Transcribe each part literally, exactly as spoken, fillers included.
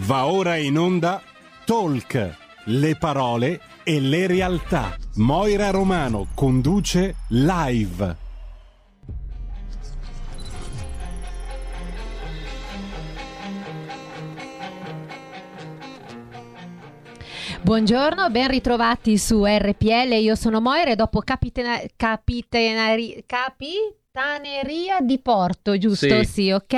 Va ora in onda Talk, le parole e le realtà. Moira Romano conduce live. Buongiorno, ben ritrovati su R P L. Io sono Moira e dopo capitena- capitenari- Capitaneria di Porto, giusto? Sì, Sì, ok.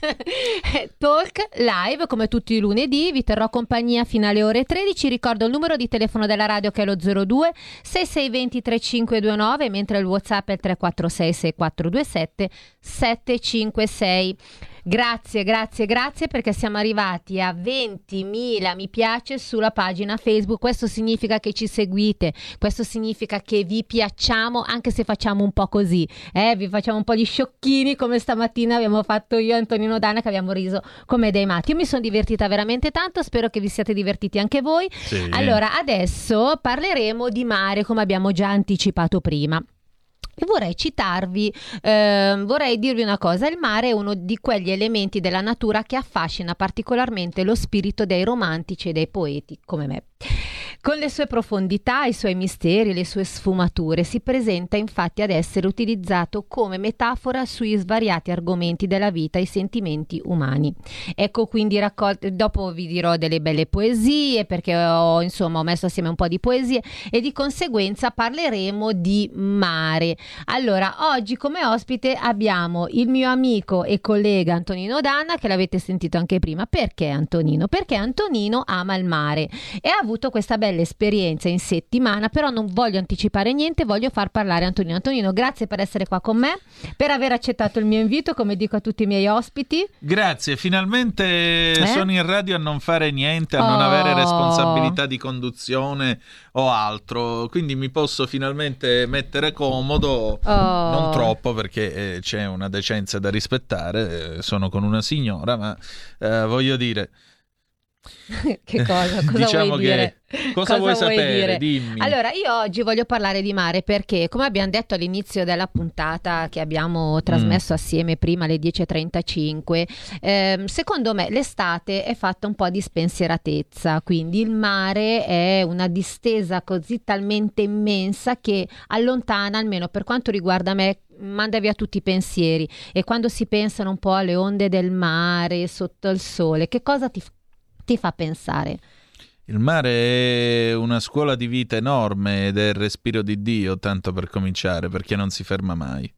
Talk live come tutti i lunedì, vi terrò compagnia fino alle ore tredici. Ricordo il numero di telefono della radio che è lo zero due sei sei due zero tre cinque due nove, mentre il WhatsApp è il tre quattro sei sei quattro due sette sette cinque sei. Grazie, grazie, grazie perché siamo arrivati a ventimila mi piace sulla pagina Facebook. Questo significa che ci seguite, questo significa che vi piacciamo, anche se facciamo un po' così, eh? Vi facciamo un po' gli sciocchini come stamattina abbiamo fatto io e Antonino Danna, che abbiamo riso come dei matti. Io mi sono divertita veramente tanto, spero che vi siate divertiti anche voi. sì. Allora, adesso parleremo di mare, come abbiamo già anticipato prima. E vorrei citarvi, eh, vorrei dirvi una cosa: il mare è uno di quegli elementi della natura che affascina particolarmente lo spirito dei romantici e dei poeti come me. Con le sue profondità, i suoi misteri, le sue sfumature, si presenta infatti ad essere utilizzato come metafora sui svariati argomenti della vita e i sentimenti umani. Ecco quindi raccolte, dopo vi dirò delle belle poesie, perché ho insomma ho messo assieme un po' di poesie e di conseguenza parleremo di mare. Allora, oggi come ospite abbiamo il mio amico e collega Antonino Danna, che l'avete sentito anche prima. Perché Antonino? Perché Antonino ama il mare e ha avuto questa bella esperienza in settimana, però non voglio anticipare niente, voglio far parlare Antonino. Antonino, grazie per essere qua con me, per aver accettato il mio invito, come dico a tutti i miei ospiti. Grazie, finalmente Eh? sono in radio a non fare niente, a Oh. non avere responsabilità di conduzione o altro, quindi mi posso finalmente mettere comodo, Oh. non troppo perché eh, c'è una decenza da rispettare, eh, sono con una signora, ma eh, voglio dire... Che cosa? Cosa diciamo vuoi che dire? cosa, vuoi sapere? dire? Dimmi. Allora, io oggi voglio parlare di mare perché, come abbiamo detto all'inizio della puntata che abbiamo trasmesso Mm. assieme prima alle dieci e trentacinque, ehm, secondo me l'estate è fatta un po' di spensieratezza, quindi il mare è una distesa così talmente immensa che allontana, almeno per quanto riguarda me, manda via tutti i pensieri. E quando si pensano un po' alle onde del mare sotto il sole, che cosa ti, ti fa pensare? Il mare è una scuola di vita enorme ed è il respiro di Dio, tanto per cominciare, perché non si ferma mai.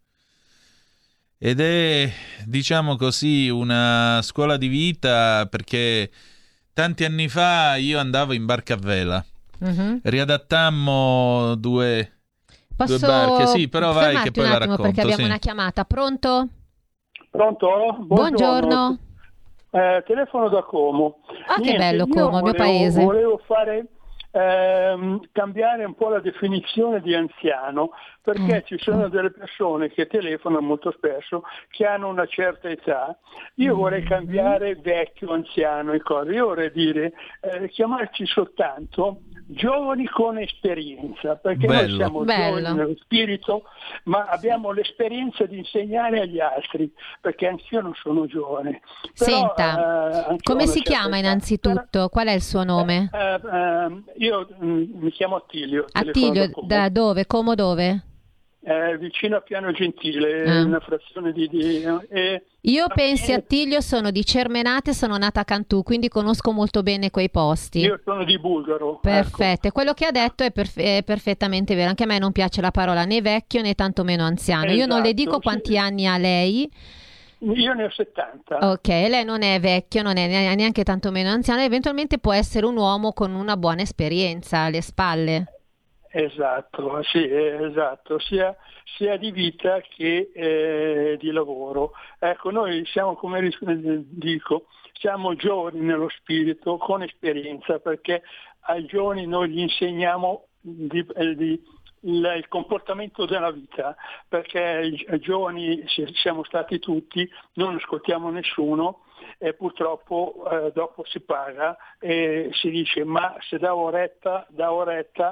Ed è, diciamo così, una scuola di vita perché tanti anni fa io andavo in barca a vela. Mhm. Riadattammo due, Posso due barche, sì, però vai fermarti che poi un la attimo racconto. perché abbiamo sì. una chiamata. Pronto? Pronto? Buongiorno. Eh, telefono da Como. Ah, che Niente, bello io Como, il mio volevo, paese. volevo fare ehm, cambiare un po' la definizione di anziano, perché Ecco. ci sono delle persone che telefonano molto spesso che hanno una certa età. Io vorrei Mhm. cambiare vecchio, anziano e cose. Io vorrei dire eh, chiamarci soltanto giovani con esperienza, perché noi Bello. siamo Bello. giovani nello spirito, ma abbiamo l'esperienza di insegnare agli altri, perché anch'io non sono giovane. Però, Senta, eh, anch'io ho come una si certa chiama età. innanzitutto? Qual è il suo nome? Eh, eh, eh, io mm, mi chiamo Attilio, telefono Attilio, da Como. da dove? Como dove? Eh, vicino a Piano Gentile, Ah. una frazione di... di eh, Io alla pensi fine Attilio, sono di Cermenate, sono nata a Cantù, quindi conosco molto bene quei posti. Io sono di Bulgaro. Perfetto, e quello che ha detto è, perf- è perfettamente vero. Anche a me non piace la parola né vecchio né tantomeno anziano. Io non le Esatto, dico quanti sì. anni ha lei. Ecco. Io ne ho settanta. Ok, lei non è vecchio, non è ne- neanche tantomeno anziano, eventualmente può essere un uomo con una buona esperienza alle spalle. Esatto, sì, eh, esatto, sia, sia di vita che eh, di lavoro. Ecco, noi siamo, come ris- dico, siamo giovani nello spirito, con esperienza, perché ai giovani noi gli insegniamo di, eh, di- il, il comportamento della vita, perché i, i giovani si- siamo stati tutti, non ascoltiamo nessuno e purtroppo eh, dopo si paga e si dice ma se davo retta, davo retta,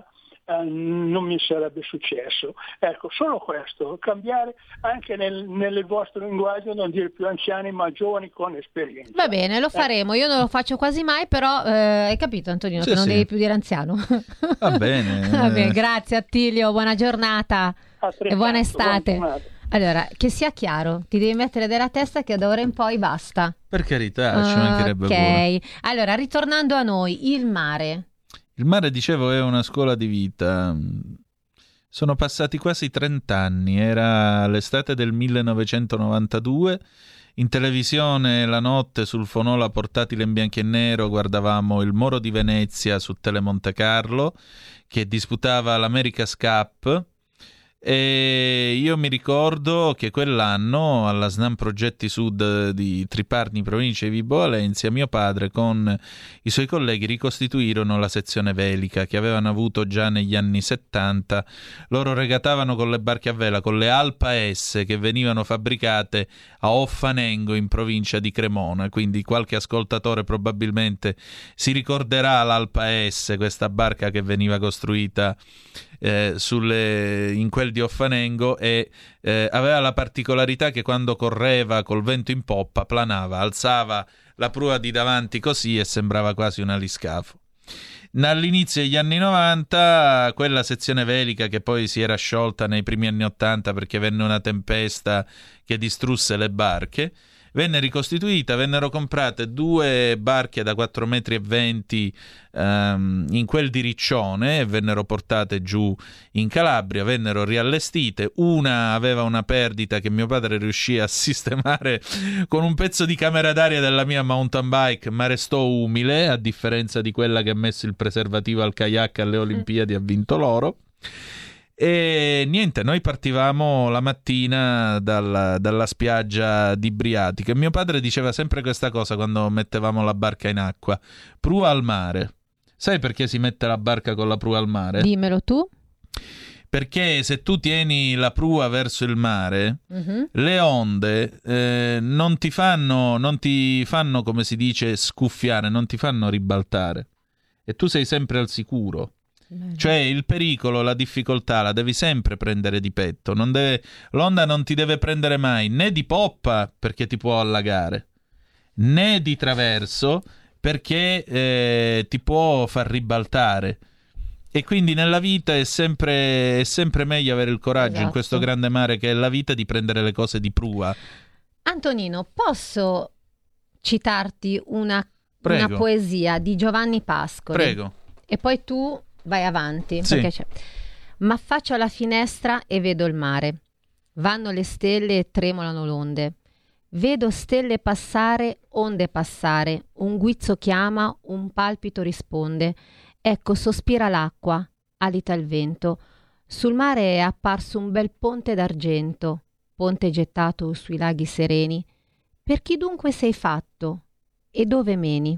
eh, non mi sarebbe successo. Ecco, solo questo, cambiare anche nel, nel vostro linguaggio, non dire più anziani ma giovani con esperienza. Va bene, lo faremo, io non lo faccio quasi mai, però eh, hai capito Antonino, sì, che non sì. devi più dire anziano. Va bene. Va bene, grazie Attilio, buona giornata e buona estate. Buona allora, che sia chiaro, ti devi mettere della testa che da ora in poi basta. Per carità, ci mancherebbe Ok, pure. allora ritornando a noi, il mare. Il mare, dicevo, è una scuola di vita. Sono passati quasi trent'anni, era l'estate del millenovecentonovantadue. In televisione la notte sul fonola portatile in bianco e nero guardavamo il Moro di Venezia su Telemonte Carlo che disputava l'America's Cup. E io mi ricordo che quell'anno alla Snam Progetti Sud di Triparni, provincia di Vibo Valentia, mio padre con i suoi colleghi ricostituirono la sezione velica che avevano avuto già negli anni settanta. Loro regatavano con le barche a vela, con le Alpa S che venivano fabbricate a Offanengo in provincia di Cremona, quindi qualche ascoltatore probabilmente si ricorderà l'Alpa S, questa barca che veniva costruita Eh, sulle, in quel di Offanengo e eh, aveva la particolarità che quando correva col vento in poppa planava, alzava la prua di davanti così e sembrava quasi un aliscafo. All'inizio degli anni novanta quella sezione velica, che poi si era sciolta nei primi anni ottanta perché venne una tempesta che distrusse le barche, venne ricostituita, vennero comprate due barche da quattro metri e venti um, in quel di Riccione e vennero portate giù in Calabria, vennero riallestite. Una aveva una perdita che mio padre riuscì a sistemare con un pezzo di camera d'aria della mia mountain bike, ma restò umile, a differenza di quella che ha messo il preservativo al kayak alle Olimpiadi e ha vinto l'oro. E niente, noi partivamo la mattina dalla, dalla spiaggia di Briatico e mio padre diceva sempre questa cosa quando mettevamo la barca in acqua: prua al mare. Sai perché si mette la barca con la prua al mare? Dimmelo tu. Perché se tu tieni la prua verso il mare, uh-huh. le onde eh, non ti fanno, non ti fanno, come si dice, scuffiare, non ti fanno ribaltare e tu sei sempre al sicuro. Cioè il pericolo, la difficoltà la devi sempre prendere di petto, non deve, l'onda non ti deve prendere mai né di poppa perché ti può allagare, né di traverso perché eh, ti può far ribaltare. E quindi nella vita è sempre, è sempre meglio avere il coraggio, esatto, in questo grande mare che è la vita, di prendere le cose di prua. Antonino, posso citarti una, una poesia di Giovanni Pascoli? Prego. E poi tu vai avanti, sì. Perché c'è. Ma faccio alla finestra e vedo il mare. Vanno le stelle e tremolano l'onde. Vedo stelle passare, onde passare. Un guizzo chiama, un palpito risponde. Ecco, sospira l'acqua, alita il vento. Sul mare è apparso un bel ponte d'argento, ponte gettato sui laghi sereni. Per chi dunque sei fatto? E dove meni?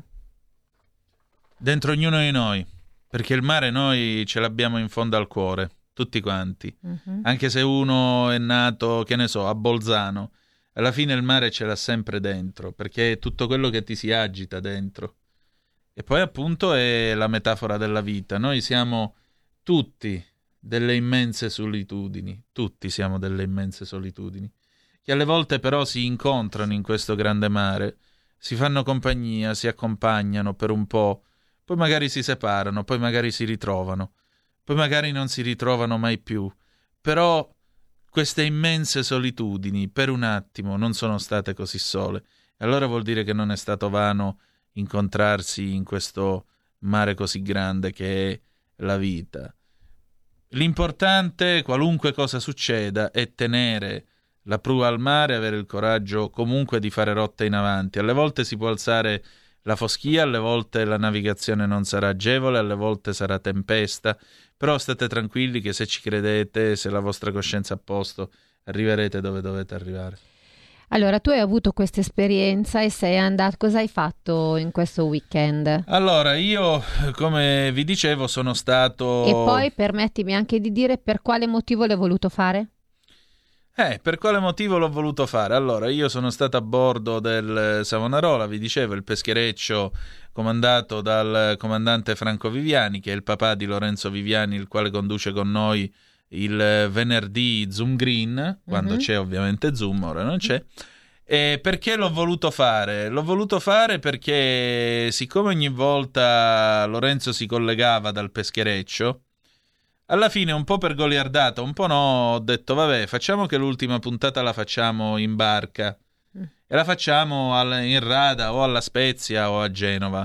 Dentro ognuno di noi. Perché il mare noi ce l'abbiamo in fondo al cuore, tutti quanti. Uh-huh. Anche se uno è nato, che ne so, a Bolzano, alla fine il mare ce l'ha sempre dentro, perché è tutto quello che ti si agita dentro. E poi appunto è la metafora della vita. Noi siamo tutti delle immense solitudini, tutti siamo delle immense solitudini, che alle volte però si incontrano in questo grande mare, si fanno compagnia, si accompagnano per un po', poi magari si separano, poi magari si ritrovano, poi magari non si ritrovano mai più. Però queste immense solitudini per un attimo non sono state così sole. E allora vuol dire che non è stato vano incontrarsi in questo mare così grande che è la vita. L'importante, qualunque cosa succeda, è tenere la prua al mare, avere il coraggio comunque di fare rotta in avanti. Alle volte si può alzare la foschia, alle volte la navigazione non sarà agevole, alle volte sarà tempesta, però state tranquilli che se ci credete, se la vostra coscienza è a posto, arriverete dove dovete arrivare. Allora, tu hai avuto questa esperienza e sei andato, cosa hai fatto in questo weekend? Allora, io, come vi dicevo, sono stato... E poi permettimi anche di dire per quale motivo l'hai voluto fare? Eh, per quale motivo l'ho voluto fare? Allora, io sono stato a bordo del Savonarola, vi dicevo, il peschereccio comandato dal comandante Franco Viviani, che è il papà di Lorenzo Viviani, il quale conduce con noi il venerdì Zoom Green, quando mm-hmm. c'è ovviamente Zoom, ora non c'è. E perché l'ho voluto fare? L'ho voluto fare perché siccome ogni volta Lorenzo si collegava dal peschereccio, alla fine un po' per goliardata, un po' no, ho detto vabbè, facciamo che l'ultima puntata la facciamo in barca mm. e la facciamo al, in Rada o alla Spezia o a Genova.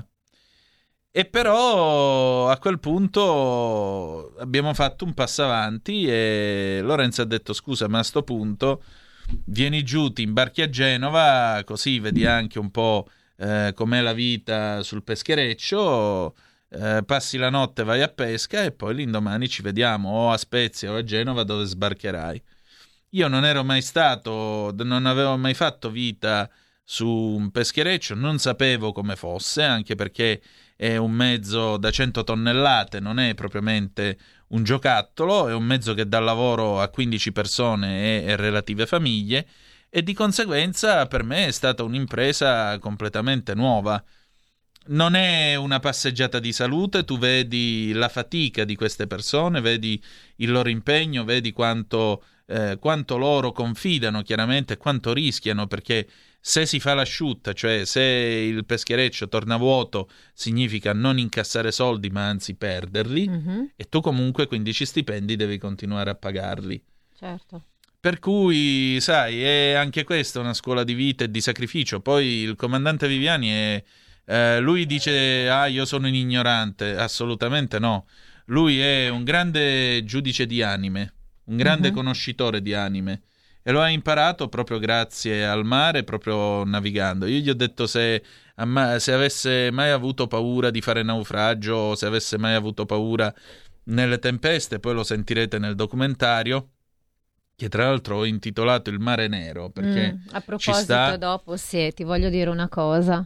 E però a quel punto abbiamo fatto un passo avanti e Lorenzo ha detto scusa, ma a sto punto vieni giù, ti imbarchi a Genova, così vedi anche un po' eh, com'è la vita sul peschereccio, eh, passi la notte, vai a pesca e poi l'indomani ci vediamo o a Spezia o a Genova dove sbarcherai. Io non ero mai stato, non avevo mai fatto vita su un peschereccio, non sapevo come fosse, anche perché è un mezzo da cento tonnellate, non è propriamente un giocattolo, è un mezzo che dà lavoro a quindici persone e, e relative famiglie, e di conseguenza per me è stata un'impresa completamente nuova. Non è una passeggiata di salute, tu vedi la fatica di queste persone, vedi il loro impegno, vedi quanto, eh, quanto loro confidano chiaramente, quanto rischiano, perché se si fa l'asciutta, cioè se il peschereccio torna vuoto, significa non incassare soldi ma anzi perderli, mm-hmm. e tu comunque quindici stipendi devi continuare a pagarli. Certo. Per cui, sai, è anche questa una scuola di vita e di sacrificio. Poi il comandante Viviani è... Eh, lui dice, ah, io sono un ignorante. Assolutamente no. Lui è un grande giudice di anime, un grande mm-hmm. conoscitore di anime. E lo ha imparato proprio grazie al mare, proprio navigando. Io gli ho detto se, se avesse mai avuto paura di fare naufragio, se avesse mai avuto paura nelle tempeste, poi lo sentirete nel documentario, che tra l'altro ho intitolato Il mare nero, perché mm, a proposito ci sta... dopo sì, ti voglio dire una cosa.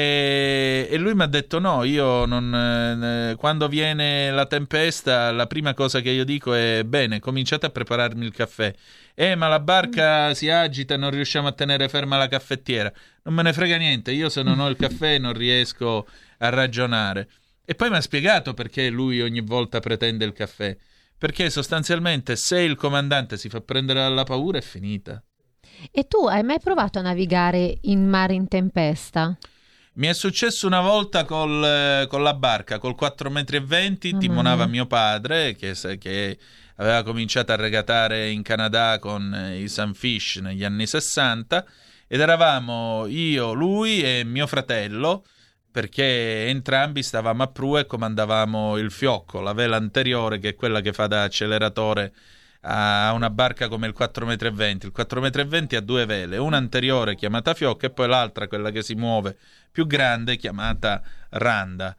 E, e lui mi ha detto no, io non eh, quando viene la tempesta la prima cosa che io dico è bene, cominciate a prepararmi il caffè. Eh, ma la barca mm. si agita e non riusciamo a tenere ferma la caffettiera. Non me ne frega niente, io se non ho il caffè non riesco a ragionare. E poi mi ha spiegato perché lui ogni volta pretende il caffè. Perché sostanzialmente se il comandante si fa prendere dalla paura è finita. E tu hai mai provato a navigare in mare in tempesta? Mi è successo una volta col, con la barca, col quattro metri e venti, oh, timonava mamma. mio padre, che, che aveva cominciato a regatare in Canada con i Sunfish negli anni sessanta, ed eravamo io, lui e mio fratello, perché entrambi stavamo a prua e comandavamo il fiocco, la vela anteriore, che è quella che fa da acceleratore a una barca come il quattro metri e venti. Il quattro metri e venti ha due vele, una anteriore chiamata fiocco e poi l'altra, quella che si muove più grande, chiamata randa.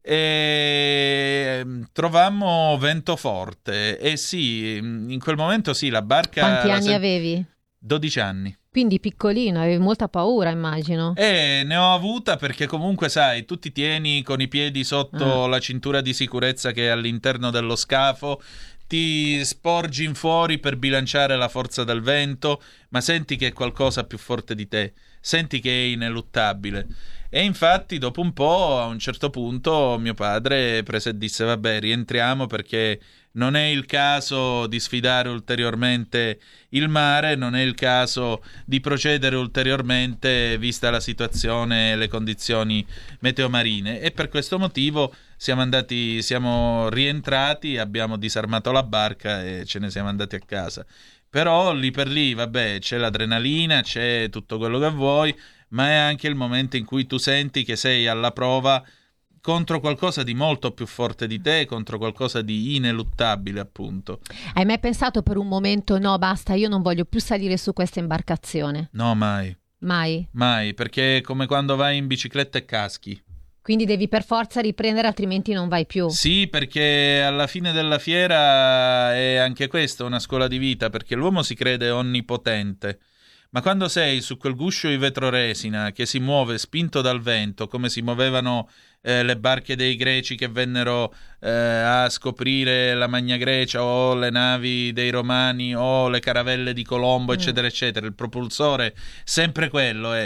E trovammo vento forte e sì, in quel momento sì, la barca... Quanti anni se... avevi? dodici anni. Quindi piccolino, avevi molta paura, immagino. Eh, ne ho avuta perché comunque, sai, tu ti tieni con i piedi sotto ah. la cintura di sicurezza che è all'interno dello scafo, ti sporgi in fuori per bilanciare la forza del vento, ma senti che è qualcosa più forte di te, senti che è ineluttabile. E infatti dopo un po', a un certo punto, mio padre prese e disse vabbè, rientriamo perché non è il caso di sfidare ulteriormente il mare, non è il caso di procedere ulteriormente vista la situazione e le condizioni meteomarine, e per questo motivo siamo andati, siamo rientrati, abbiamo disarmato la barca e ce ne siamo andati a casa. Però lì per lì, vabbè, c'è l'adrenalina, c'è tutto quello che vuoi, ma è anche il momento in cui tu senti che sei alla prova contro qualcosa di molto più forte di te, contro qualcosa di ineluttabile, appunto. Hai mai pensato per un momento, no, basta, io non voglio più salire su questa imbarcazione? No, mai. Mai? Mai, perché è come quando vai in bicicletta e caschi. Quindi devi per forza riprendere, altrimenti non vai più. Sì, perché alla fine della fiera è anche questa una scuola di vita, perché l'uomo si crede onnipotente. Ma quando sei su quel guscio di vetroresina che si muove spinto dal vento, come si muovevano eh, le barche dei greci che vennero eh, a scoprire la Magna Grecia, o le navi dei romani, o le caravelle di Colombo, mm. eccetera, eccetera, il propulsore sempre quello è.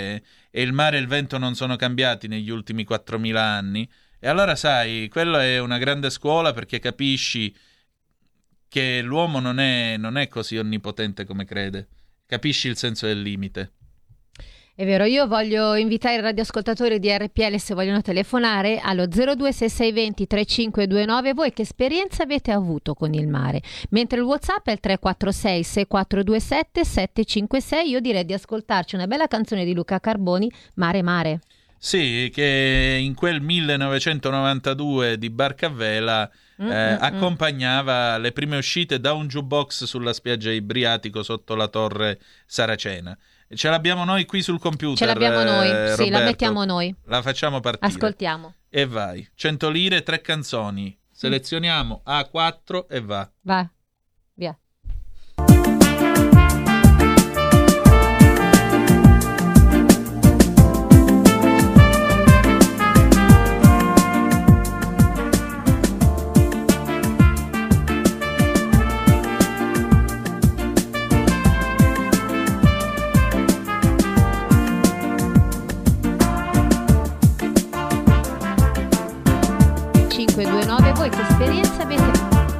e il mare e il vento non sono cambiati negli ultimi quattromila anni. E allora sai, quella è una grande scuola, perché capisci che l'uomo non è, non è così onnipotente come crede. Capisci il senso del limite. È vero, io voglio invitare i radioascoltatori di R P L, se vogliono telefonare, allo zero due sei sei due zero tre cinque due nove. Voi che esperienza avete avuto con il mare? Mentre il WhatsApp è il tre quattro sei sei quattro due sette sette cinque sei. Io direi di ascoltarci una bella canzone di Luca Carboni, Mare Mare. Sì, che in quel millenovecentonovantadue di Barca a Vela Mm, eh, mm, accompagnava le prime uscite da un jukebox sulla spiaggia Ibriatico sotto la torre Saracena. Ce l'abbiamo noi qui sul computer. Ce l'abbiamo noi, eh, sì, la Roberto. mettiamo noi. La facciamo partire. Ascoltiamo. E vai. cento lire, tre canzoni. Selezioniamo A quattro e va. Va, via. cinque due nove. Voi che esperienza avete?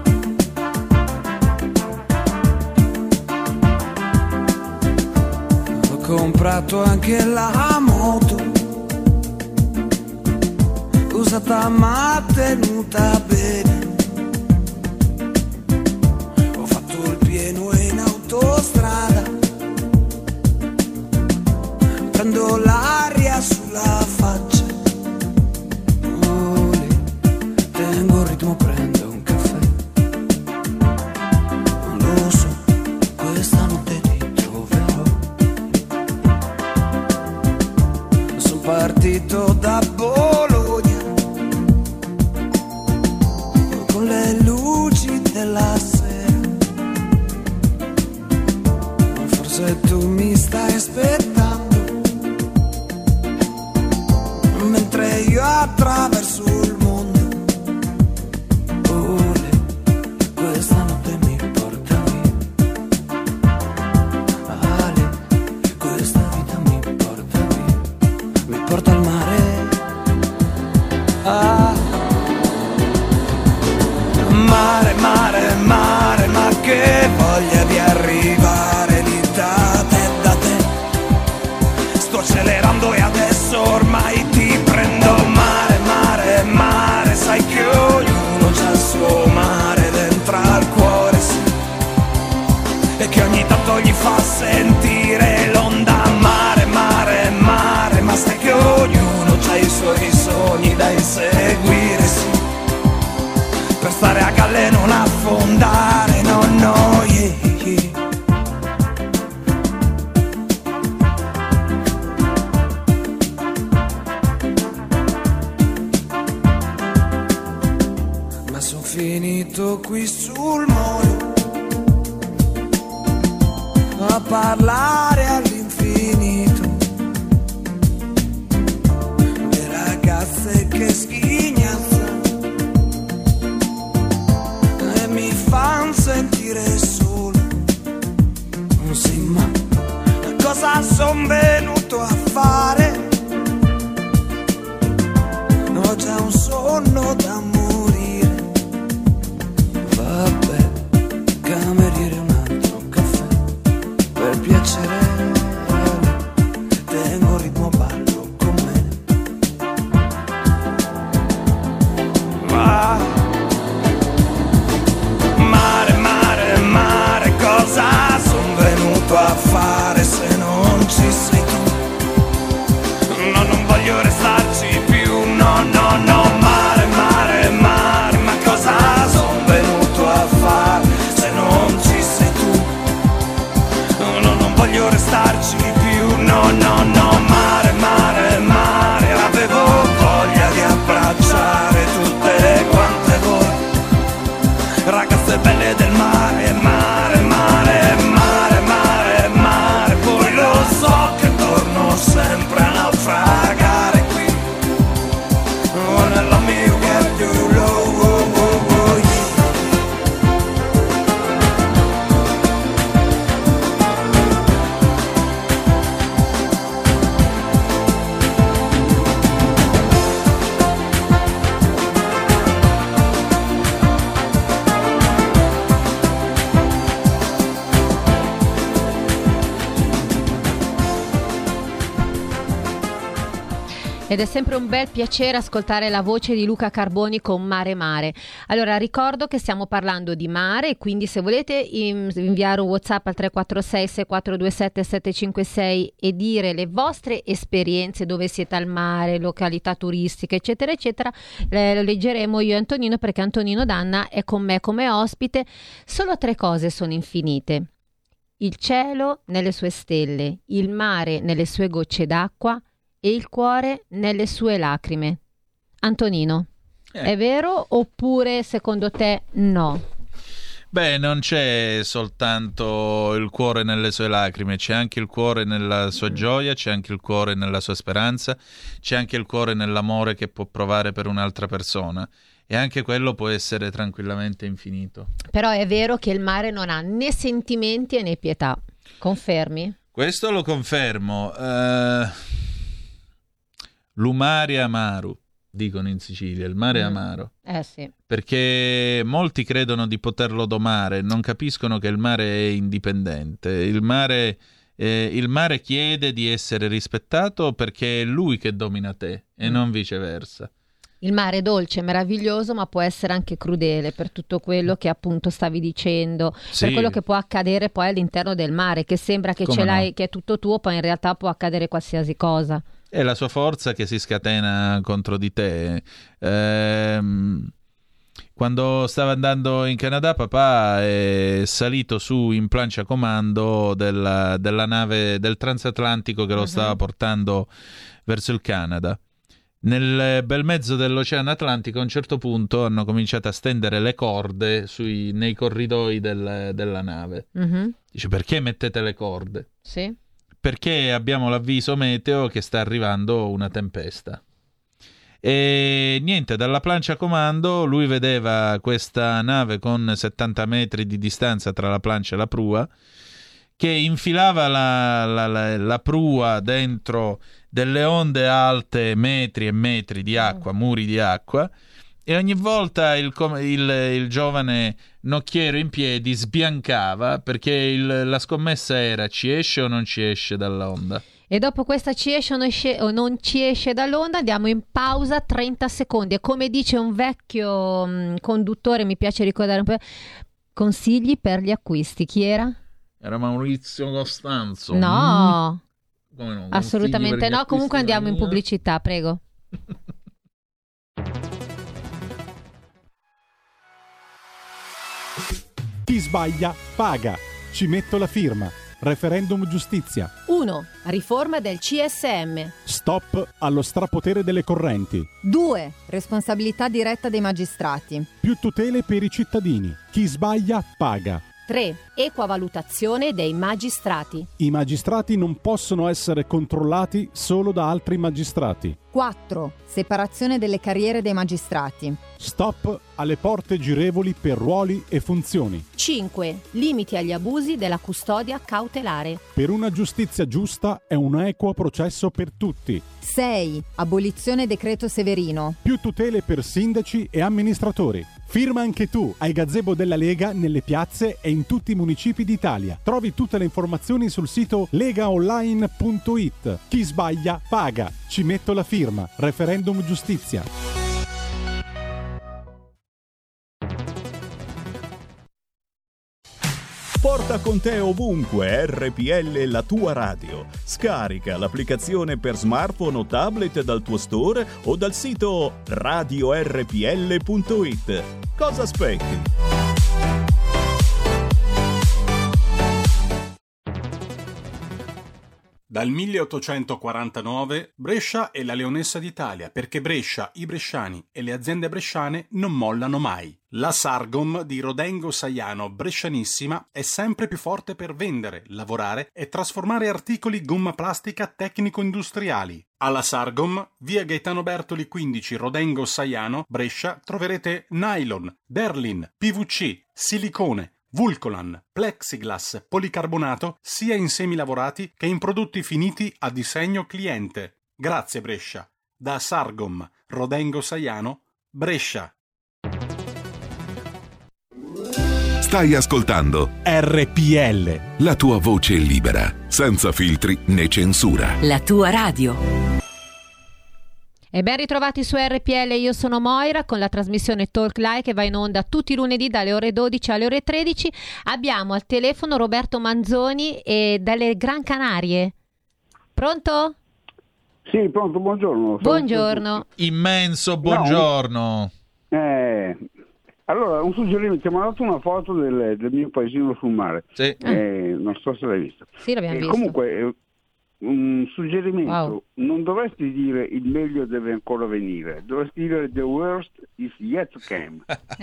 Ho comprato anche la moto, usata ma tenuta bene. Ho fatto il pieno in autostrada, prendo l'aria sulla faccia. Tengo il ritmo, prendo un caffè. Non lo so, questa notte ti troverò. Sono partito da Bologna con le luci della sera. Ma forse tu mi stai aspettando, mentre io attraverso il mondo. Questa notte mi porta via, Ale, questa vita mi porta via, mi porta al mare, ah. Mare, mare, mare, ma che voglia di arrivare lì da te, da te. Sto accelerando e adesso ormai ti prendo. Mare, mare, mare, sai che ognuno c'ha il suo mare dentro al cuore, sì, e che ogni tanto gli fa sentire l'onda. Mare, mare, mare, ma sai che ognuno c'ha i suoi sogni da inseguire, sì, per stare a galla e non affondare, no, no, yeah, yeah. Ma son finito qui sul molo a parlare all'infinito, le ragazze che schignazzano e mi fan sentire solo. Sì, ma cosa son venuto a fare? Ho già un sonno da morire. Vabbè, cameriere, un altro caffè per piacere. Tengo il ritmo, ballo con me. Ah. Mare, mare, mare, cosa son venuto a fare se non ci sei tu? No, non voglio restarci più, no, no, no. Mare, mare, mare, ma cosa son venuto a fare se non ci sei tu? No, non voglio restarci più, no, no, no. Mare, mare, mare, avevo voglia di abbracciare tutte quante voi, ragazze belle del mare, mare, mare, mare, mare, mare. Ed è sempre un bel piacere ascoltare la voce di Luca Carboni con Mare Mare. Allora ricordo che stiamo parlando di mare, quindi se volete inviare un WhatsApp al tre quattro sei sei quattro due sette sette cinque sei e dire le vostre esperienze, dove siete al mare, località turistiche eccetera eccetera, eh, lo leggeremo io e Antonino, perché Antonino Danna è con me come ospite. Solo tre cose sono infinite: il cielo nelle sue stelle, il mare nelle sue gocce d'acqua e il cuore nelle sue lacrime. Antonino, eh. è vero oppure secondo te no? Beh, non c'è soltanto il cuore nelle sue lacrime, c'è anche il cuore nella sua gioia, c'è anche il cuore nella sua speranza, c'è anche il cuore nell'amore che può provare per un'altra persona, e anche quello può essere tranquillamente infinito. Però è vero che il mare non ha né sentimenti né pietà, confermi? Questo lo confermo. Uh... L'umare amaru, dicono in Sicilia, il mare è amaro. Eh sì. Perché molti credono di poterlo domare, non capiscono che il mare è indipendente. Il mare, eh, il mare chiede di essere rispettato perché è lui che domina te e mm. non viceversa. Il mare è dolce, meraviglioso, ma può essere anche crudele per tutto quello che appunto stavi dicendo, sì. per quello che può accadere poi all'interno del mare, che sembra che Come ce l'hai, no? che è tutto tuo, poi in realtà può accadere qualsiasi cosa. È la sua forza che si scatena contro di te. Ehm, quando stava andando in Canada, papà è salito su in plancia comando della, della nave del transatlantico che lo uh-huh. stava portando verso il Canada. Nel bel mezzo dell'Oceano Atlantico a un certo punto hanno cominciato a stendere le corde sui, nei corridoi del, della nave. Uh-huh. Dice: perché mettete le corde? Sì. Perché abbiamo l'avviso meteo che sta arrivando una tempesta. E niente, dalla plancia comando lui vedeva questa nave con settanta metri di distanza tra la plancia e la prua, che infilava la, la, la, la prua dentro delle onde alte metri e metri di acqua, muri di acqua, e ogni volta il, il, il giovane nocchiero in piedi sbiancava perché il, la scommessa era: ci esce o non ci esce dall'onda. E dopo questa ci esce o non, esce, o non ci esce dall'onda, andiamo in pausa trenta secondi, e come dice un vecchio mh, conduttore, mi piace ricordare un po', consigli per gli acquisti. Chi era? Era Maurizio Costanzo. No, mm. Come no? Assolutamente no. Comunque andiamo in pubblicità, prego. Chi sbaglia paga. Ci metto la firma. Referendum giustizia. uno. Riforma del C S M. Stop allo strapotere delle correnti. due. Responsabilità diretta dei magistrati. Più tutele per i cittadini. Chi sbaglia paga. tre. Equa valutazione dei magistrati. I magistrati non possono essere controllati solo da altri magistrati. quattro. Separazione delle carriere dei magistrati. Stop alle porte girevoli per ruoli e funzioni. cinque. Limiti agli abusi della custodia cautelare. Per una giustizia giusta e un equo processo per tutti. sei. Abolizione decreto Severino. Più tutele per sindaci e amministratori. Firma anche tu ai gazebo della Lega nelle piazze e in tutti i municipi d'Italia. Trovi tutte le informazioni sul sito legaonline punto it. Chi sbaglia paga. Ci metto la firma. Referendum giustizia. Porta con te ovunque R P L, la tua radio. Scarica l'applicazione per smartphone o tablet dal tuo store o dal sito radio erre pi elle punto it. Cosa aspetti? Dal milleottocentoquarantanove Brescia è la leonessa d'Italia, perché Brescia, i bresciani e le aziende bresciane non mollano mai. La Sargom di Rodengo Saiano, brescianissima, è sempre più forte per vendere, lavorare e trasformare articoli gomma plastica tecnico-industriali. Alla Sargom, via Gaetano Bertoli quindici, Rodengo Saiano, Brescia, troverete nylon, derlin, P V C, silicone, Vulcolan, plexiglass, policarbonato, sia in semi lavorati che in prodotti finiti a disegno cliente. Grazie Brescia. Da Sargom, Rodengo Saiano, Brescia. Stai ascoltando R P L, la tua voce libera, senza filtri né censura. La tua radio. E ben ritrovati su R P L, io sono Moira con la trasmissione Talk Live che va in onda tutti i lunedì dalle ore dodici alle ore tredici. Abbiamo al telefono Roberto Manzoni e dalle Gran Canarie. Pronto? Sì, pronto, buongiorno. Buongiorno. Immenso buongiorno. No, eh, allora, un suggerimento, ti ho mandato una foto del, del mio paesino sul mare. Sì. Eh, non so se l'hai visto. Sì, l'abbiamo eh, visto. Comunque... Eh, un suggerimento, wow. Non dovresti dire il meglio deve ancora venire, dovresti dire the worst is yet to come.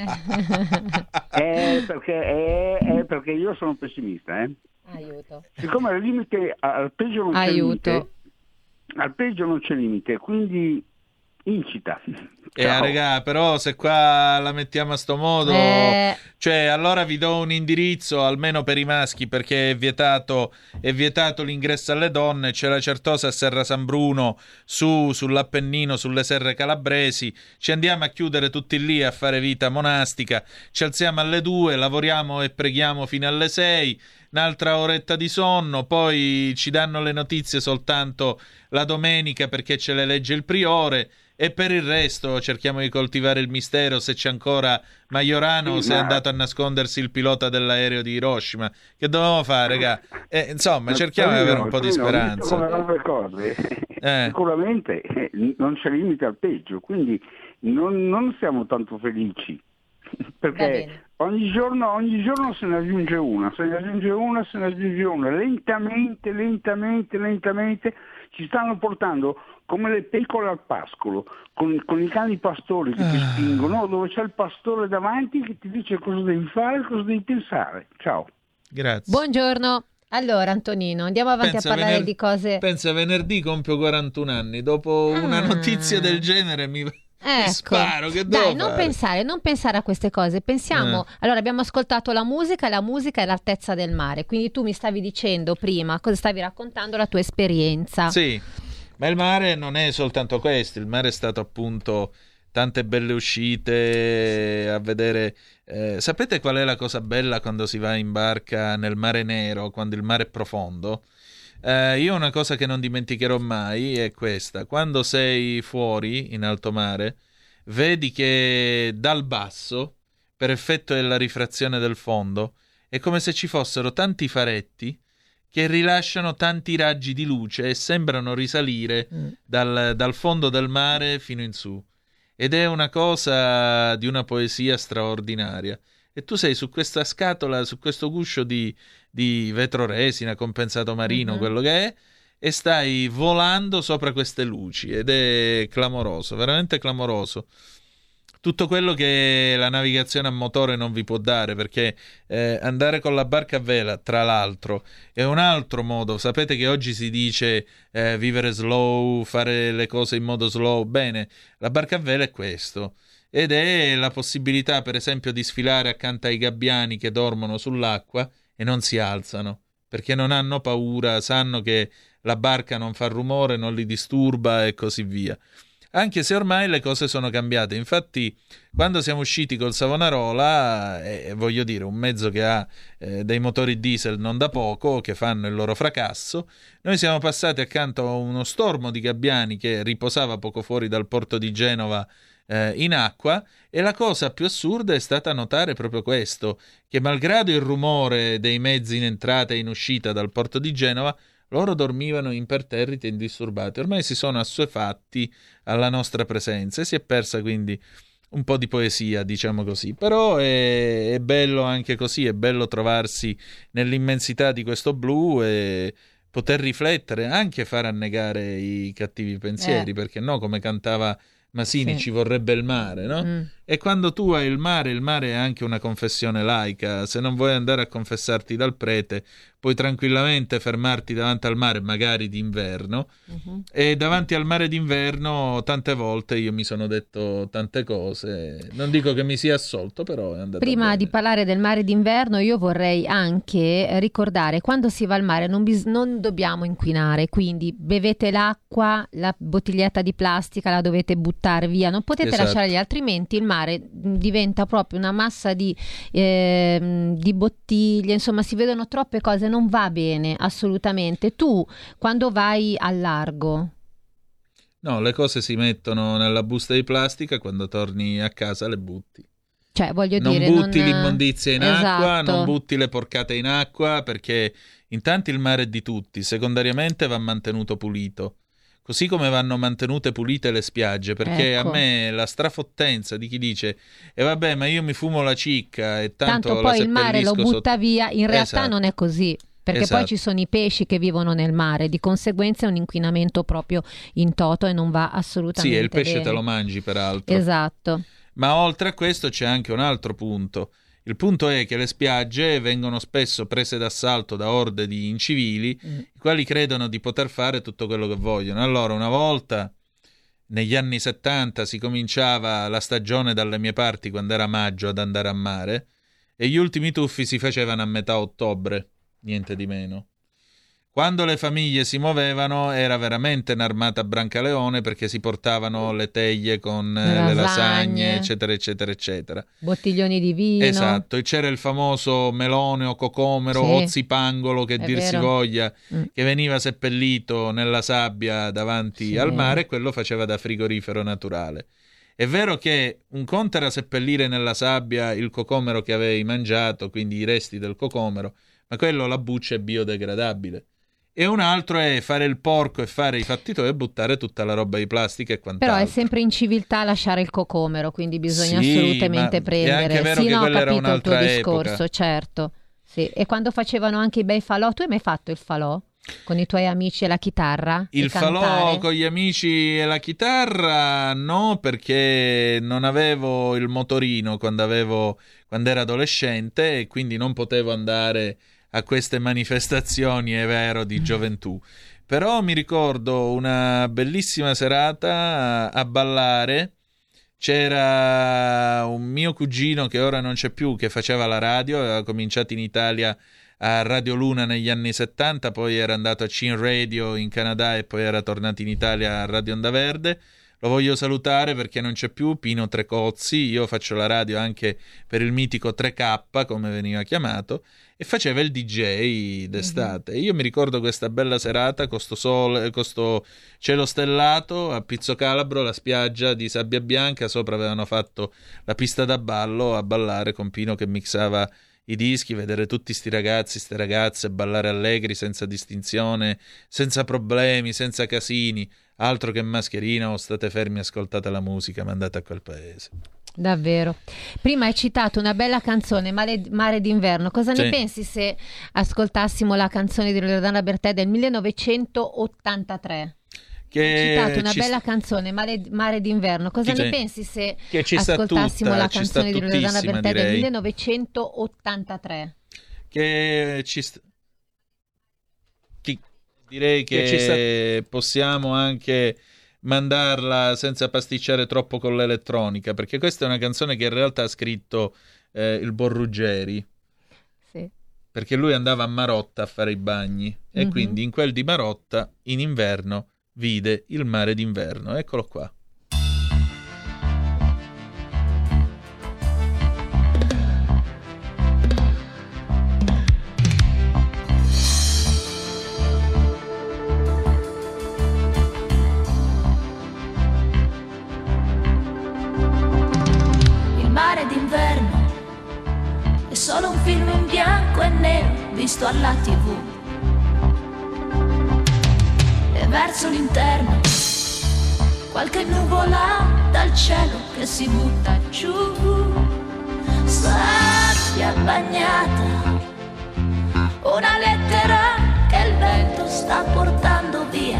è, perché, è, è perché io sono pessimista, eh? Aiuto. Siccome al limite, al peggio non c'è Aiuto. limite, al peggio non c'è limite, quindi incita. E eh, regà, però se qua la mettiamo a sto modo, eh... cioè allora vi do un indirizzo almeno per i maschi, perché è vietato, è vietato l'ingresso alle donne. C'è la Certosa a Serra San Bruno, su sull'Appennino, sulle serre calabresi. Ci andiamo a chiudere tutti lì a fare vita monastica. Ci alziamo alle due, lavoriamo e preghiamo fino alle sei. Un'altra oretta di sonno, poi ci danno le notizie soltanto la domenica perché ce le legge il priore. E per il resto cerchiamo di coltivare il mistero, se c'è ancora Majorano o sì, se ma... è andato a nascondersi il pilota dell'aereo di Hiroshima. Che dovevamo fare, raga? Eh, insomma, cerchiamo di avere un po' di speranza. Come vanno le cose, eh. Sicuramente non c'è limite al peggio, quindi non, non siamo tanto felici. Perché ogni giorno, ogni giorno se ne aggiunge una, se ne aggiunge una, se ne aggiunge una. Lentamente, lentamente, lentamente ci stanno portando come le pecore al pascolo, con, con i cani pastori che ti spingono, dove c'è il pastore davanti che ti dice cosa devi fare e cosa devi pensare. Ciao. Grazie. Buongiorno. Allora Antonino, andiamo avanti pensa a parlare vener- di cose. Pensa, venerdì compio quarantuno anni, dopo ah. una notizia del genere mi... Ecco. Sparo, che dai, fare? non pensare, non pensare a queste cose. Pensiamo, eh. allora abbiamo ascoltato la musica e la musica è l'altezza del mare. Quindi tu mi stavi dicendo prima, cosa stavi raccontando, la tua esperienza. Sì, ma il mare non è soltanto questo, il mare è stato appunto tante belle uscite a vedere. Eh, sapete qual è la cosa bella quando si va in barca nel mare nero, quando il mare è profondo? Uh, io una cosa che non dimenticherò mai è questa: quando sei fuori in alto mare vedi che dal basso, per effetto della rifrazione del fondo, è come se ci fossero tanti faretti che rilasciano tanti raggi di luce e sembrano risalire mm. dal, dal fondo del mare fino in su, ed è una cosa di una poesia straordinaria. E tu sei su questa scatola, su questo guscio di, di vetroresina, compensato marino, mm-hmm. quello che è, e stai volando sopra queste luci, ed è clamoroso, veramente clamoroso. Tutto quello che la navigazione a motore non vi può dare, perché eh, andare con la barca a vela, tra l'altro, è un altro modo. Sapete che oggi si dice eh, vivere slow, fare le cose in modo slow. Bene, la barca a vela è questo. Ed è la possibilità, per esempio, di sfilare accanto ai gabbiani che dormono sull'acqua e non si alzano, perché non hanno paura, sanno che la barca non fa rumore, non li disturba e così via. Anche se ormai le cose sono cambiate. Infatti, quando siamo usciti col Savonarola, eh, voglio dire, un mezzo che ha eh, dei motori diesel non da poco, che fanno il loro fracasso, noi siamo passati accanto a uno stormo di gabbiani che riposava poco fuori dal porto di Genova eh, in acqua, e la cosa più assurda è stata notare proprio questo, che malgrado il rumore dei mezzi in entrata e in uscita dal porto di Genova, loro dormivano imperterriti e indisturbati. Ormai si sono assuefatti alla nostra presenza e si è persa quindi un po' di poesia, diciamo così. Però è, è bello anche così, è bello trovarsi nell'immensità di questo blu e poter riflettere, anche far annegare i cattivi pensieri, eh. perché no, come cantava Masini, sì. ci vorrebbe il mare, no? Mm. E quando tu hai il mare, il mare è anche una confessione laica. Se non vuoi andare a confessarti dal prete, puoi tranquillamente fermarti davanti al mare, magari d'inverno, uh-huh. e davanti al mare d'inverno tante volte io mi sono detto tante cose. Non dico che mi sia assolto, però è andato Prima bene. Di parlare del mare d'inverno, io vorrei anche ricordare: quando si va al mare non, bis- non dobbiamo inquinare, quindi bevete l'acqua, la bottiglietta di plastica la dovete buttare via, non potete esatto. lasciare lì, altrimenti il mare diventa proprio una massa di, eh, di bottiglie, insomma si vedono troppe cose, non va bene assolutamente. Tu quando vai al largo? No, le cose si mettono nella busta di plastica, quando torni a casa le butti. Cioè, voglio non dire, butti non... l'immondizia in esatto. acqua, non butti le porcate in acqua, perché intanto il mare è di tutti, secondariamente va mantenuto pulito. Così come vanno mantenute pulite le spiagge, perché ecco. a me la strafottenza di chi dice e eh vabbè, ma io mi fumo la cicca e tanto, tanto la poi il mare lo butta sotto... via, in realtà esatto. non è così. Perché esatto. poi ci sono i pesci che vivono nel mare, di conseguenza è un inquinamento proprio in toto e non va assolutamente Sì, e il pesce bene. te lo mangi peraltro. Esatto. Ma oltre a questo c'è anche un altro punto. Il punto è che le spiagge vengono spesso prese d'assalto da orde di incivili, mm. i quali credono di poter fare tutto quello che vogliono. Allora, una volta, negli anni settanta, si cominciava la stagione dalle mie parti, quando era maggio, ad andare a mare, e gli ultimi tuffi si facevano a metà ottobre. Niente di meno. Quando le famiglie si muovevano era veramente un'armata a Brancaleone, perché si portavano le teglie con le lasagne, le lasagne eccetera eccetera eccetera, bottiglioni di vino. Esatto, e c'era il famoso melone o cocomero sì. o zipangolo, che È dir si vero. voglia, mm. che veniva seppellito nella sabbia davanti sì. al mare, e quello faceva da frigorifero naturale. È vero che un conto era seppellire nella sabbia il cocomero che avevi mangiato, quindi i resti del cocomero, ma quello, la buccia, è biodegradabile. E un altro è fare il porco e fare i fatti tuoi e buttare tutta la roba di plastica e quant'altro. Però è sempre in civiltà lasciare il cocomero, quindi bisogna sì, assolutamente ma prendere. È anche vero sì, che no, quella ho era capito il tuo un'altra discorso, epoca. certo. Sì. E quando facevano anche i bei falò, tu hai mai fatto il falò? Con i tuoi amici e la chitarra? Il falò con gli amici e la chitarra no, perché non avevo il motorino quando avevo quando ero adolescente, e quindi non potevo andare a queste manifestazioni, è vero, di gioventù. Però mi ricordo una bellissima serata a, a ballare. C'era un mio cugino che ora non c'è più, che faceva la radio, aveva cominciato in Italia a Radio Luna negli anni settanta, poi era andato a Chin Radio in Canada e poi era tornato in Italia a Radio Onda Verde. Lo voglio salutare perché non c'è più, Pino Trecozzi. Io faccio la radio anche per il mitico tre K, come veniva chiamato, e faceva il D J d'estate. Mm-hmm. Io mi ricordo questa bella serata con sto sole, con sto cielo stellato a Pizzo Calabro, la spiaggia di sabbia bianca, sopra avevano fatto la pista da ballo, a ballare con Pino che mixava i dischi, vedere tutti sti ragazzi, ste ragazze ballare allegri, senza distinzione, senza problemi, senza casini, altro che mascherina o state fermi, ascoltate la musica, mandate a quel paese. Davvero. Prima hai citato una bella canzone, Mare, Mare d'inverno. Cosa sì. ne pensi se ascoltassimo la canzone di Loredana Bertè del millenovecentottantatré? Che hai citato una ci bella st- canzone, Mare, Mare d'inverno. Cosa che ne c'è? pensi se che ci ascoltassimo tutta, la canzone di Loredana Bertè direi. del millenovecentottantatré? Che ci st- che direi che, che ci sta... possiamo anche mandarla senza pasticciare troppo con l'elettronica, perché questa è una canzone che in realtà ha scritto eh, il buon Ruggeri, sì. perché lui andava a Marotta a fare i bagni e Mm-hmm. quindi in quel di Marotta in inverno vide il mare d'inverno. Eccolo qua. D'inverno è solo un film in bianco e nero visto alla tivù, e verso l'interno qualche nuvola dal cielo che si butta giù, sabbia bagnata, una lettera che il vento sta portando via,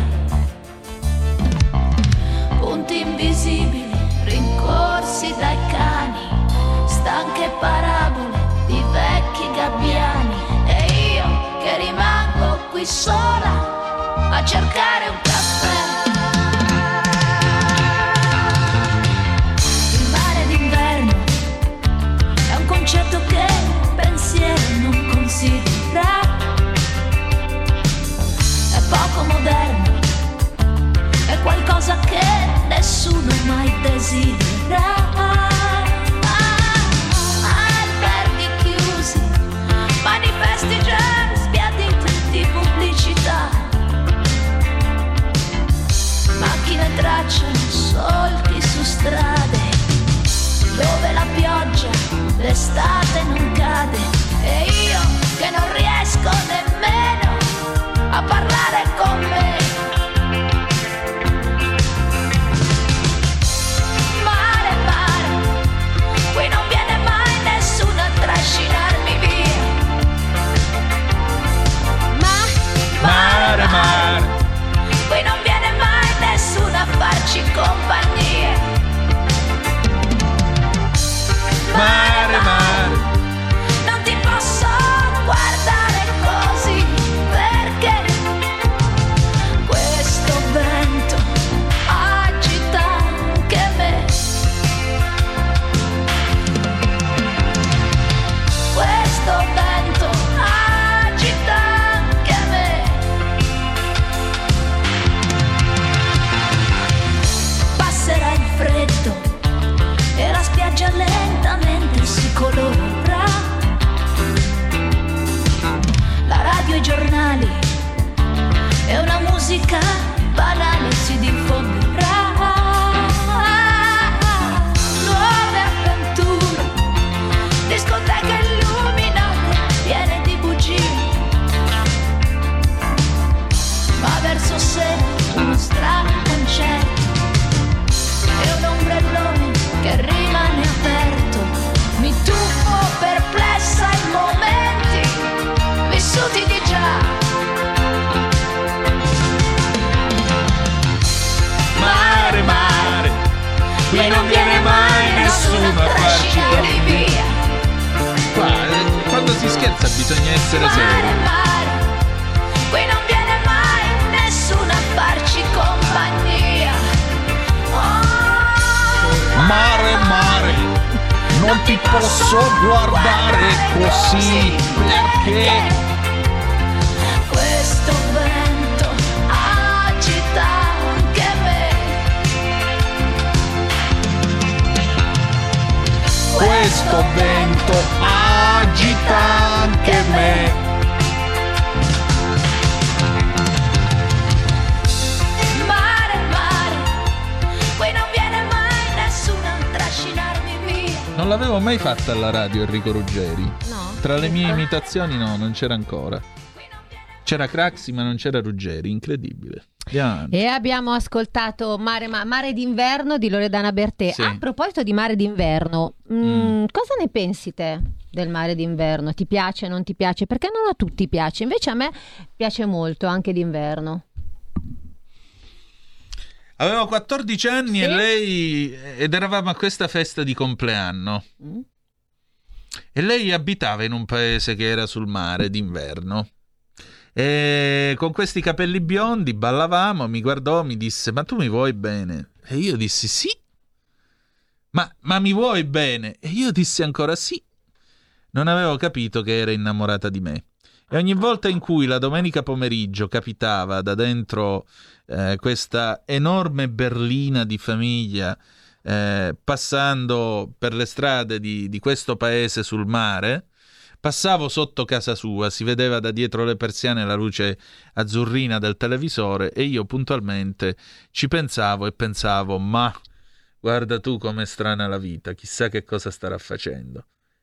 punti invisibili rincorsi dai cani, stanche parabole di vecchi gabbiani, e io che rimango qui sola a cercare un caffè. Il mare d'inverno è un concetto che il pensiero non considera, è poco moderno, è qualcosa che nessuno mai dà. l'estate non cade e io che non riesco nemmeno a parlare con me. Mare, mare, qui non viene mai nessuno a trascinarmi via. Ma, Mare, mare, qui non viene mai nessuno a farci compagnia. mare, mare. Non ti posso guardare così perché questo vento agita anche me. Questo vento agita anche me. Passerà il freddo e la spiaggia lentamente si colora. La radio e i giornali e una musica banale si diffonderà. Nuove avventure, discoteche illuminate, piene di bugie. Ma verso sé uno strano concerto e un ombrellone che rimane aperto. Mi tuffo perplessa in momenti vissuti di già. Mare, mare, qui non viene mai nessuno a farci via. Qua, eh, quando si scherza bisogna essere Mare, seri. mare, qui non viene mai nessuno a farci compagnia. Oh, Mare, mare, non ti posso guardare così perché questo vento agita anche me. questo vento agita anche me. Mare, mare, qui non viene mai nessuno a trascinarmi via. Non l'avevo mai fatta alla radio Enrico Ruggeri. No. Tra le mie imitazioni no, non c'era ancora. C'era Craxi ma non c'era Ruggeri, incredibile. Andiamo. E abbiamo ascoltato Mare, ma- Mare d'inverno di Loredana Bertè. Sì. A proposito di Mare d'inverno, mh, Mm. cosa ne pensi te del Mare d'inverno? Ti piace, non ti piace? Perché non a tutti piace, invece a me piace molto anche d'inverno. Avevo quattordici anni Sì? e lei ed eravamo a questa festa di compleanno. Mm. E lei abitava in un paese che era sul mare d'inverno. E con questi capelli biondi ballavamo, mi guardò, mi disse: "Ma tu mi vuoi bene?" E io dissi: "Sì." Ma, ma mi vuoi bene? E io dissi ancora sì. Non avevo capito che era innamorata di me. E ogni volta in cui la domenica pomeriggio capitava da dentro eh, questa enorme berlina di famiglia, eh, passando per le strade di, di questo paese sul mare, passavo sotto casa sua, si vedeva da dietro le persiane la luce azzurrina del televisore e io puntualmente ci pensavo e pensavo: ma guarda tu com'è strana la vita, chissà che cosa starà facendo.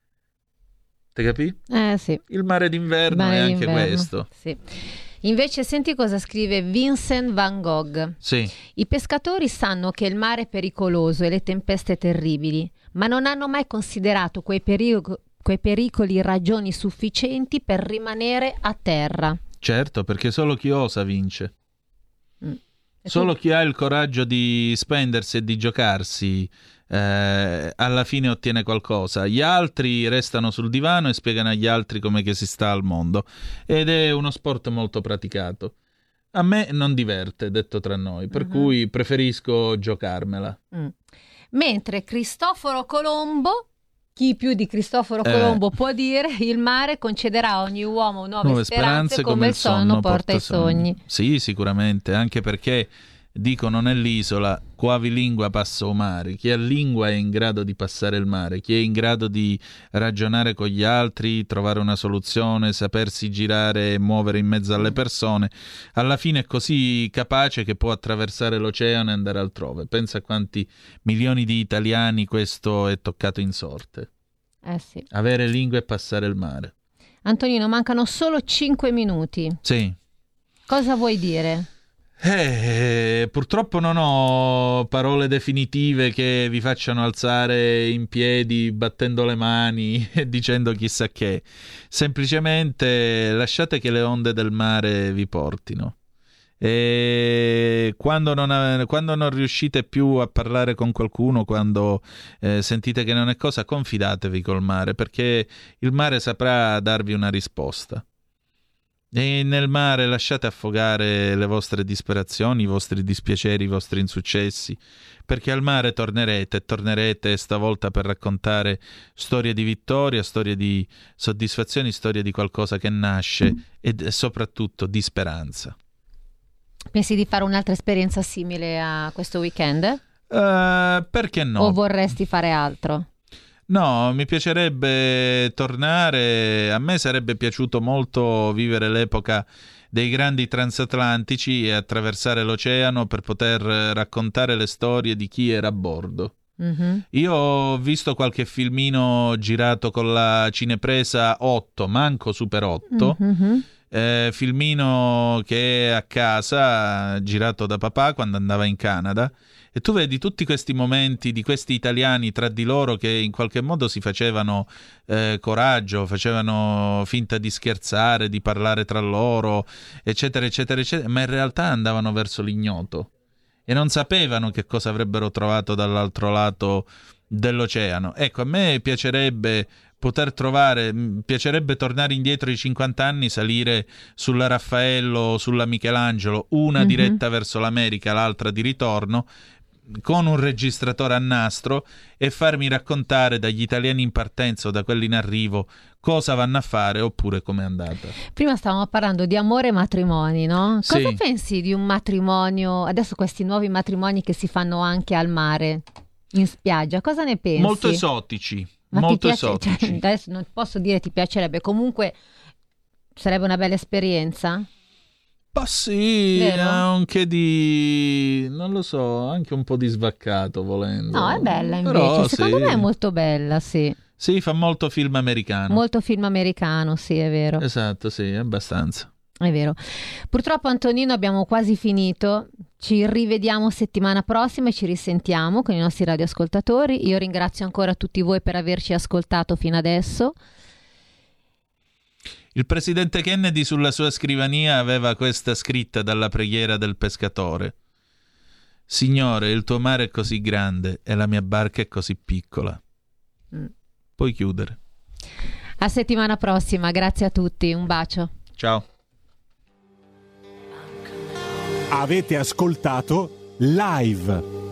Te capì? Eh sì. Il mare d'inverno Mare è anche d'inverno, questo. sì. Invece senti cosa scrive Vincent van Gogh. Sì. I pescatori sanno che il mare è pericoloso e le tempeste terribili, ma non hanno mai considerato quei, perico- quei pericoli ragioni sufficienti per rimanere a terra. Certo, perché solo chi osa vince. Mm. E Solo tu- chi ha il coraggio di spendersi e di giocarsi eh, alla fine ottiene qualcosa. Gli altri restano sul divano e spiegano agli altri come che si sta al mondo. Ed è uno sport molto praticato. A me non diverte, detto tra noi, per Mhm. cui preferisco giocarmela. Mm. Mentre Cristoforo Colombo, chi più di Cristoforo Eh. Colombo può dire, il mare concederà a ogni uomo nuove, Nuove speranze, come il sonno porta i sogni. Sì, sicuramente, anche perché dicono nell'isola quavi lingua passa o mare. Chi ha lingua è in grado di passare il mare, chi è in grado di ragionare con gli altri, trovare una soluzione, sapersi girare e muovere in mezzo alle persone, alla fine è così capace che può attraversare l'oceano e andare altrove. Pensa a quanti milioni di italiani questo è toccato in sorte. Eh sì. Avere lingua e passare il mare. Antonino, mancano solo cinque minuti. Sì. Cosa vuoi dire? Eh, purtroppo non ho parole definitive che vi facciano alzare in piedi battendo le mani e dicendo chissà che. Semplicemente lasciate che le onde del mare vi portino. E quando non, quando non riuscite più a parlare con qualcuno, quando eh, sentite che non è cosa, confidatevi col mare, perché il mare saprà darvi una risposta. E nel mare lasciate affogare le vostre disperazioni, i vostri dispiaceri, i vostri insuccessi, perché al mare tornerete e tornerete stavolta per raccontare storie di vittoria, storie di soddisfazioni, storie di qualcosa che nasce e soprattutto di speranza. Pensi di fare un'altra esperienza simile a questo weekend? Uh, perché no? O vorresti fare altro? No, mi piacerebbe tornare. A me sarebbe piaciuto molto vivere l'epoca dei grandi transatlantici e attraversare l'oceano per poter raccontare le storie di chi era a bordo. Mm-hmm. Io ho visto qualche filmino girato con la cinepresa otto, manco Super otto. Mm-hmm. Eh, filmino che è a casa, girato da papà quando andava in Canada, e tu vedi tutti questi momenti di questi italiani tra di loro che in qualche modo si facevano eh, coraggio, facevano finta di scherzare, di parlare tra loro, eccetera, eccetera, eccetera, ma in realtà andavano verso l'ignoto e non sapevano che cosa avrebbero trovato dall'altro lato dell'oceano. Ecco, a me piacerebbe poter trovare, piacerebbe tornare indietro i cinquanta anni, salire sulla Raffaello, sulla Michelangelo, una mm-hmm. diretta verso l'America, l'altra di ritorno, con un registratore a nastro, e farmi raccontare dagli italiani in partenza o da quelli in arrivo cosa vanno a fare oppure com'è andata. Prima stavamo parlando di amore e matrimoni, no? Cosa sì. pensi di un matrimonio, adesso questi nuovi matrimoni che si fanno anche al mare, in spiaggia, cosa ne pensi? Molto esotici. Ma molto piace, esotici. Cioè, adesso non posso dire ti piacerebbe, comunque sarebbe una bella esperienza? Ma sì, Vero? anche di, non lo so, anche un po' di svaccato volendo. No, è bella invece, Però, secondo sì. me è molto bella, sì. Sì, fa molto film americano. Molto film americano, sì, è vero. Esatto, sì, abbastanza. È vero. Purtroppo, Antonino, abbiamo quasi finito. Ci rivediamo settimana prossima e ci risentiamo con i nostri radioascoltatori. Io ringrazio ancora tutti voi per averci ascoltato fino adesso. Il presidente Kennedy sulla sua scrivania aveva questa scritta dalla preghiera del pescatore: Signore, il tuo mare è così grande e la mia barca è così piccola. Mm. Puoi chiudere. A settimana prossima, grazie a tutti, un bacio. Ciao. Avete ascoltato Live.